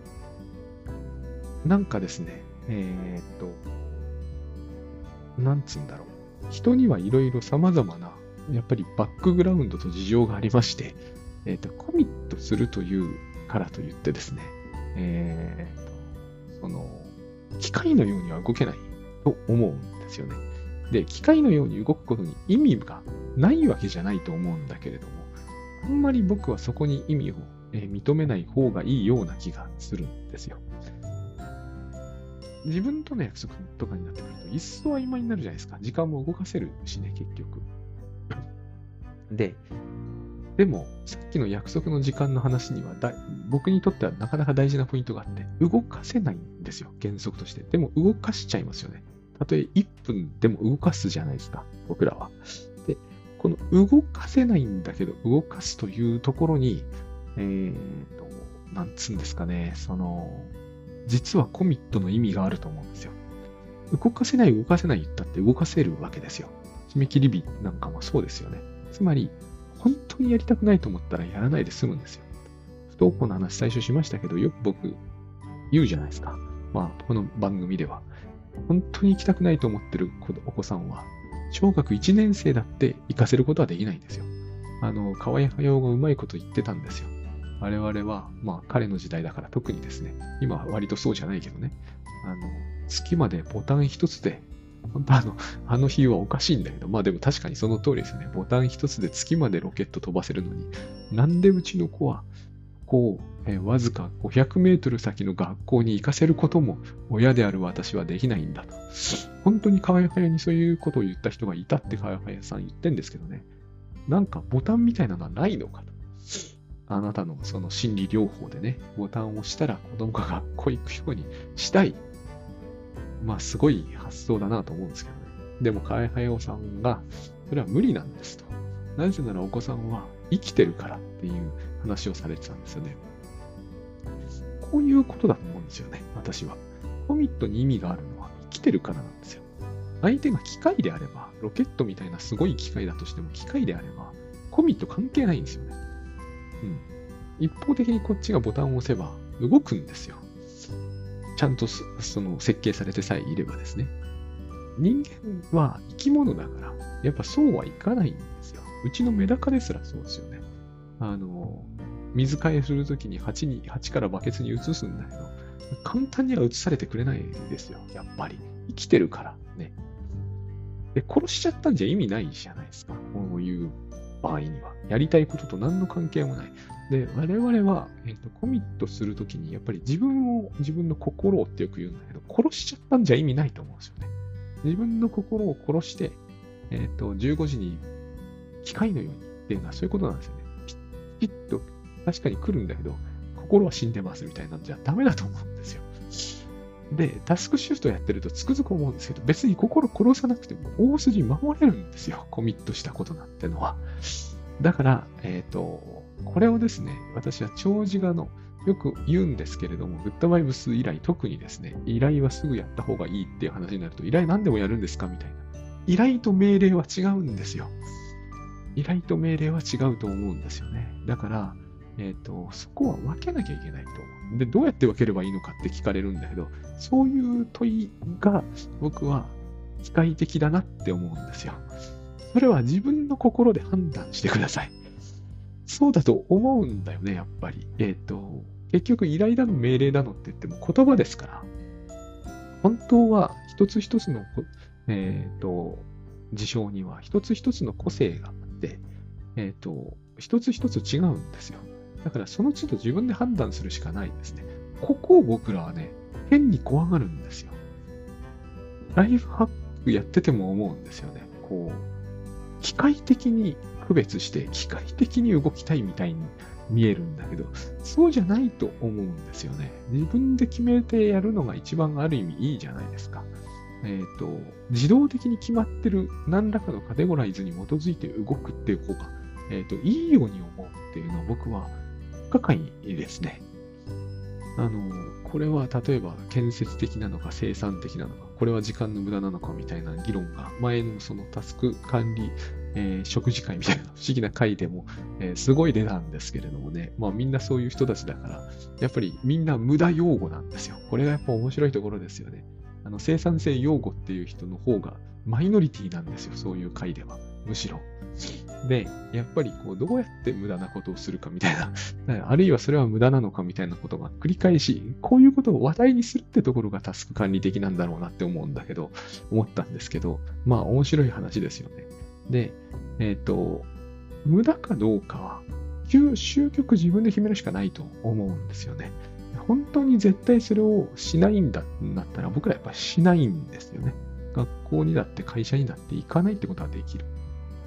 なんかですね、えっと、なんつうんだろう。人にはいろいろ様々な、やっぱりバックグラウンドと事情がありまして、えっと、コミットするというからといってですね、えーと、その、機械のようには動けないと思うんですよね。で、機械のように動くことに意味がないわけじゃないと思うんだけれども、あんまり僕はそこに意味を、えー認めない方がいいような気がするんですよ。自分との約束とかになってくると、一層曖昧になるじゃないですか。時間も動かせるしね、結局。で、 でも、さっきの約束の時間の話にはだ、僕にとってはなかなか大事なポイントがあって、動かせないんですよ、原則として。でも動かしちゃいますよね。たとえいっぷんでも動かすじゃないですか、僕らは。で、この動かせないんだけど、動かすというところに、えーと、なんつうんですかね、その、実はコミットの意味があると思うんですよ。動かせない、動かせない言ったって動かせるわけですよ。締め切り日なんかもそうですよね。つまり、本当にやりたくないと思ったらやらないで済むんですよ。不登校の話最初しましたけど、よく僕言うじゃないですか。まあ、この番組では。本当に行きたくないと思ってるお子さんは、小学いちねん生だって行かせることはできないんですよ。あの、河合駿がうまいこと言ってたんですよ。我々は、まあ彼の時代だから特にですね、今は割とそうじゃないけどね、あの、月までボタン一つで、本当あの、あの日はおかしいんだけど、まあでも確かにその通りですよね。ボタン一つで月までロケット飛ばせるのに、なんでうちの子は、こう、えーわずかごひゃくメートル先の学校に行かせることも親である私はできないんだと。本当に川谷にそういうことを言った人がいたって川谷さん言ってんですけどね。なんかボタンみたいなのはないのかと。あなたのその心理療法でね、ボタンを押したら子供が学校行くようにしたい。まあすごい発想だなと思うんですけどね。でも川谷さんが、それは無理なんですと。なぜならお子さんは生きてるからっていう話をされてたんですよね。こういうことだと思うんですよね、私は。コミットに意味があるのは生きてるからなんですよ。相手が機械であれば、ロケットみたいなすごい機械だとしても機械であれば、コミット関係ないんですよね。うん。一方的にこっちがボタンを押せば動くんですよ。ちゃんとその設計されてさえいればですね。人間は生き物だから、やっぱそうはいかないんですよ。うちのメダカですらそうですよね。あの、水替えするときに鉢に、鉢からバケツに移すんだけど、簡単には移されてくれないんですよ。やっぱり。生きてるからね。で、殺しちゃったんじゃ意味ないじゃないですか。こういう場合には。やりたいことと何の関係もない。で、我々は、えっと、コミットするときに、やっぱり自分を、自分の心をってよく言うんだけど、殺しちゃったんじゃ意味ないと思うんですよね。自分の心を殺して、えっと、じゅうごじに機械のようにっていうのはそういうことなんですよね。ピッと確かに来るんだけど、心は死んでますみたいなんじゃダメだと思うんですよ。で、タスクシフトやってるとつくづく思うんですけど、別に心殺さなくても大筋守れるんですよ。コミットしたことなんてのは。だから、えっと、これをですね、私は長寿画のよく言うんですけれども、グッドバイブス以来特にですね、依頼はすぐやった方がいいっていう話になると、依頼何でもやるんですかみたいな。依頼と命令は違うんですよ。依頼と命令は違うと思うんですよね。だから、えっと、そこは分けなきゃいけないと思う。で、どうやって分ければいいのかって聞かれるんだけど、そういう問いが僕は機械的だなって思うんですよ。それは自分の心で判断してください。そうだと思うんだよね、やっぱり。えっと、結局依頼だの命令だのって言っても言葉ですから。本当は一つ一つの、えっと、事象には一つ一つの個性があって、えっと、一つ一つ違うんですよ。だからその都度自分で判断するしかないですね。ここを僕らはね、変に怖がるんですよ。ライフハックやってても思うんですよね。こう、機械的に区別して、機械的に動きたいみたいに見えるんだけど、そうじゃないと思うんですよね。自分で決めてやるのが一番ある意味いいじゃないですか。えっと、自動的に決まってる何らかのカテゴライズに基づいて動くっていう方が、えっと、いいように思うっていうのは僕は不可解ですね。あの、これは例えば建設的なのか生産的なのか、これは時間の無駄なのかみたいな議論が前のそのタスク管理、えー食事会みたいな不思議な会でも、えーすごい出たんですけれどもね、まあみんなそういう人たちだから、やっぱりみんな無駄用語なんですよ。これがやっぱ面白いところですよね。あの生産性用語っていう人の方がマイノリティなんですよ、そういう会では。むしろ。で、やっぱりこう、どうやって無駄なことをするかみたいな、あるいはそれは無駄なのかみたいなことが繰り返し、こういうことを話題にするってところがタスク管理的なんだろうなって思うんだけど、思ったんですけど、まあ面白い話ですよね。で、えっと、無駄かどうかは、究終局自分で決めるしかないと思うんですよね。本当に絶対それをしないんだってなったら、僕らやっぱしないんですよね。学校にだって会社にだって行かないってことはできる。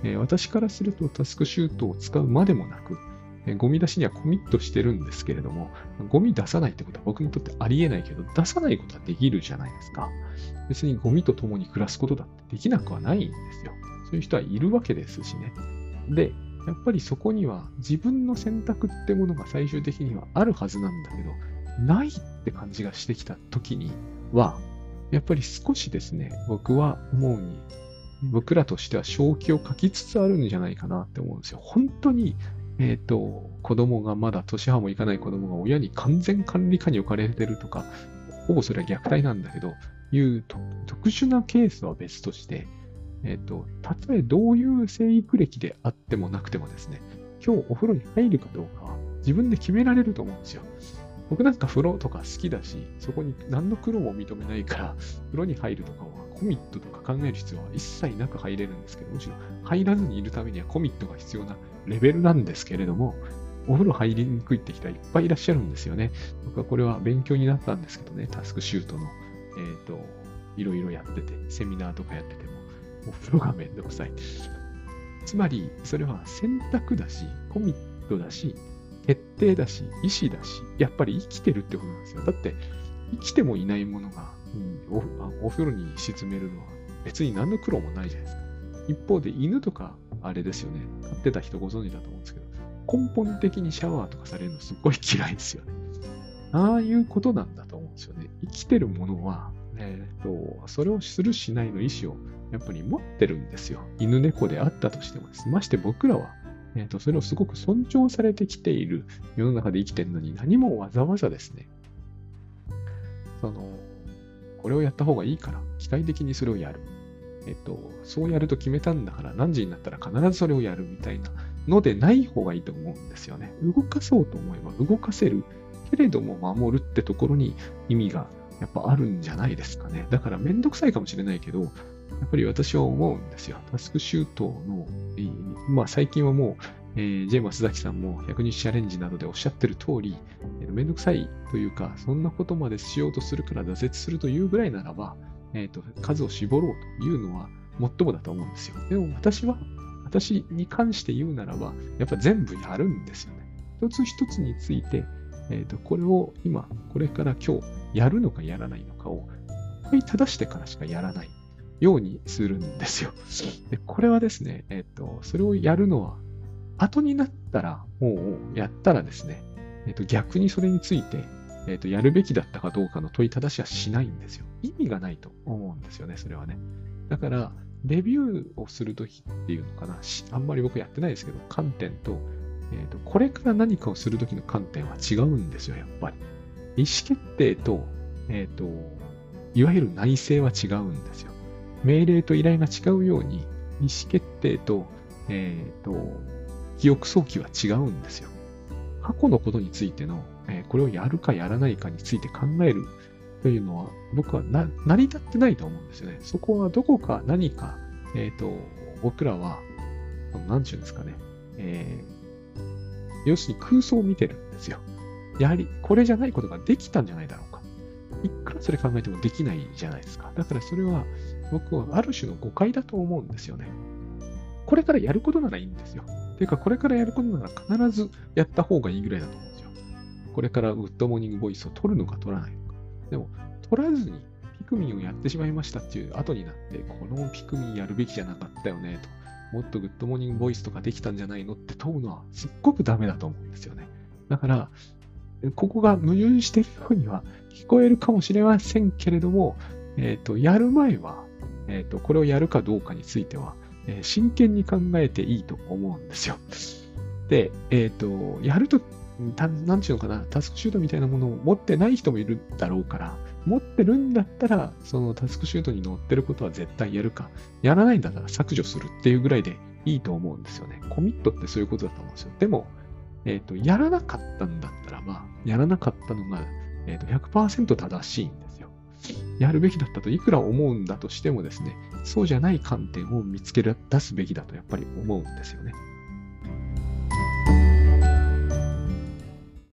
えー私からするとタスクシュートを使うまでもなく、えーゴミ出しにはコミットしてるんですけれども、ゴミ出さないってことは僕にとってありえないけど、出さないことはできるじゃないですか。別にゴミと共に暮らすことだってできなくはないんですよ。そういう人はいるわけですしね。で、やっぱりそこには自分の選択ってものが最終的にはあるはずなんだけど、ないって感じがしてきた時には、やっぱり少しですね、僕は思うに、僕らとしては正気を書きつつあるんじゃないかなって思うんですよ。本当に、えっと、子供がまだ年派もいかない子供が親に完全管理下に置かれてるとか、ほぼそれは虐待なんだけど、いうと特殊なケースは別として、えっと、たとえどういう生育歴であってもなくてもですね、今日お風呂に入るかどうかは自分で決められると思うんですよ。僕なんか風呂とか好きだし、そこに何の苦労も認めないから、風呂に入るとかはコミットとか考える必要は一切なく入れるんですけど、むしろ入らずにいるためにはコミットが必要なレベルなんですけれども、お風呂入りにくいって人はいっぱいいらっしゃるんですよね。僕はこれは勉強になったんですけどね、タスクシュートの、えっと、いろいろやってて、セミナーとかやってても、お風呂がめんどくさい。つまり、それは選択だし、コミットだし、決定だし、意志だし、やっぱり生きてるってことなんですよ。だって、生きてもいないものが、うん、お、お風呂に沈めるのは別に何の苦労もないじゃないですか。一方で犬とか、あれですよね。飼ってた人ご存知だと思うんですけど、根本的にシャワーとかされるのすっごい嫌いですよね。ああいうことなんだと思うんですよね。生きてるものは、えー、とそれをするしないの意思をやっぱり持ってるんですよ。犬猫であったとしてもです。まして僕らは、えー、とそれをすごく尊重されてきている世の中で生きてるのに何もわざわざですね、その、これをやった方がいいから、機械的にそれをやる。えっと、そうやると決めたんだから何時になったら必ずそれをやるみたいなのでない方がいいと思うんですよね。動かそうと思えば動かせるけれども守るってところに意味がやっぱあるんじゃないですかね。だからめんどくさいかもしれないけど、やっぱり私は思うんですよ。タスクシュートの、えーまあ最近はもう、えー、ジェイマスザキさんもひゃくにちチャレンジなどでおっしゃってる通り、えーめんどくさいというか、そんなことまでしようとするから挫折するというぐらいならば、えっと、数を絞ろうというのはもっともだと思うんですよ。でも私は、私に関して言うならば、やっぱ全部やるんですよね。一つ一つについて、えっと、これを今、これから今日、やるのかやらないのかを、問い正してからしかやらないようにするんですよ。で、これはですね、えっと、それをやるのは、後になったら、もうやったらですね、えっと、逆にそれについて、えっと、やるべきだったかどうかの問いただしはしないんですよ。意味がないと思うんですよね、それはね。だから、レビューをするときっていうのかな、あんまり僕やってないですけど、観点と、えっと、これから何かをするときの観点は違うんですよ、やっぱり。意思決定と、えっと、いわゆる内政は違うんですよ。命令と依頼が違うように、意思決定と、えっと、記憶早期は違うんですよ。過去のことについての、えーこれをやるかやらないかについて考えるというのは、僕はな成り立ってないと思うんですよね。そこはどこか何か、えっと、僕らは、なんていうんですかね、えー要するに空想を見てるんですよ。やはり、これじゃないことができたんじゃないだろうか。いくらそれ考えてもできないじゃないですか。だからそれは、僕はある種の誤解だと思うんですよね。これからやることならいいんですよ。ていうか、これからやることなら必ずやった方がいいぐらいだと思うんですよ。これからグッドモーニングボイスを取るのか取らないのか。でも、取らずにピクミンをやってしまいましたっていう後になって、このピクミンやるべきじゃなかったよねと。もっとグッドモーニングボイスとかできたんじゃないのって問うのはすっごくダメだと思うんですよね。だから、ここが矛盾しているようには聞こえるかもしれませんけれども、えっと、やる前は、えっと、これをやるかどうかについては、えー真剣に考えていいと思うんですよ。で、えっと、やると、たなんちゅうのかな、タスクシュートみたいなものを持ってない人もいるだろうから、持ってるんだったら、そのタスクシュートに載ってることは絶対やるか、やらないんだったら削除するっていうぐらいでいいと思うんですよね。コミットってそういうことだと思うんですよ。でも、えっと、やらなかったんだったらば、やらなかったのが、えっと、ひゃくパーセント正しいんですよ。やるべきだったといくら思うんだとしてもですね、そうじゃない観点を見つけ出すべきだとやっぱり思うんですよね。